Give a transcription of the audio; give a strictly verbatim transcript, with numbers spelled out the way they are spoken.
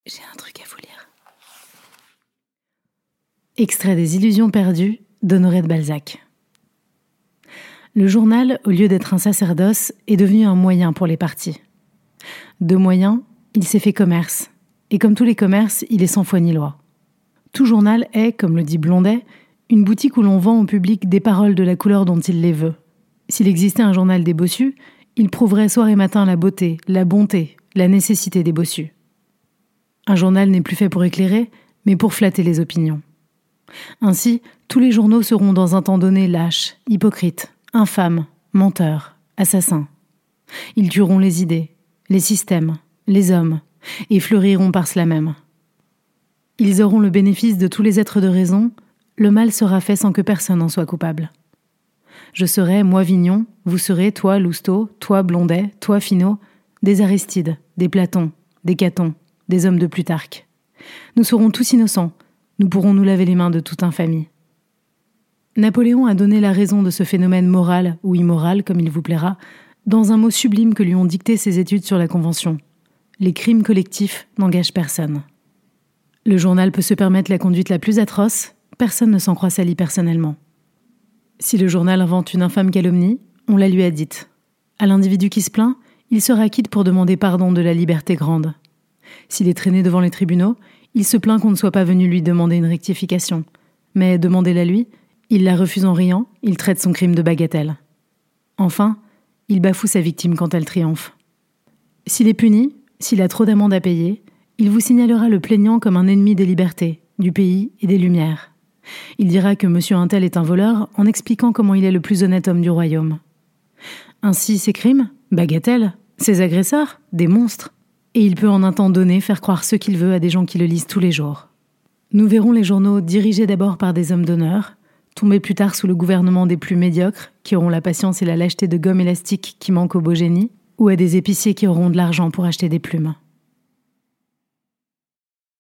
J'ai un truc à vous lire. Extrait des Illusions perdues d'Honoré de Balzac. Le journal, au lieu d'être un sacerdoce, est devenu un moyen pour les partis. De moyens, il s'est fait commerce. Et comme tous les commerces, il est sans foi ni loi. Tout journal est, comme le dit Blondet, une boutique où l'on vend au public des paroles de la couleur dont il les veut. S'il existait un journal des bossus, il prouverait soir et matin la beauté, la bonté, la nécessité des bossus. Un journal n'est plus fait pour éclairer, mais pour flatter les opinions. Ainsi, tous les journaux seront dans un temps donné lâches, hypocrites, infâmes, menteurs, assassins. Ils tueront les idées, les systèmes, les hommes, et fleuriront par cela même. Ils auront le bénéfice de tous les êtres de raison, le mal sera fait sans que personne en soit coupable. Je serai, moi Vignon, vous serez, toi Lousteau, toi Blondet, toi Finot, des Aristides, des Platons, des Catons, des hommes de Plutarque. Nous serons tous innocents, nous pourrons nous laver les mains de toute infamie. Napoléon a donné la raison de ce phénomène moral ou immoral, comme il vous plaira, dans un mot sublime que lui ont dicté ses études sur la Convention. Les crimes collectifs n'engagent personne. Le journal peut se permettre la conduite la plus atroce, personne ne s'en croit sali personnellement. Si le journal invente une infâme calomnie, on la lui a dite. À l'individu qui se plaint, il sera quitte pour demander pardon de la liberté grande. S'il est traîné devant les tribunaux, il se plaint qu'on ne soit pas venu lui demander une rectification. Mais demandez-la lui, il la refuse en riant, il traite son crime de bagatelle. Enfin, il bafoue sa victime quand elle triomphe. S'il est puni, s'il a trop d'amende à payer, il vous signalera le plaignant comme un ennemi des libertés, du pays et des lumières. Il dira que monsieur Untel est un voleur en expliquant comment il est le plus honnête homme du royaume. Ainsi, ses crimes, bagatelles, ses agresseurs, des monstres. Et il peut en un temps donné faire croire ce qu'il veut à des gens qui le lisent tous les jours. Nous verrons les journaux dirigés d'abord par des hommes d'honneur, tomber plus tard sous le gouvernement des plus médiocres, qui auront la patience et la lâcheté de gomme élastique qui manquent au beau génie, ou à des épiciers qui auront de l'argent pour acheter des plumes.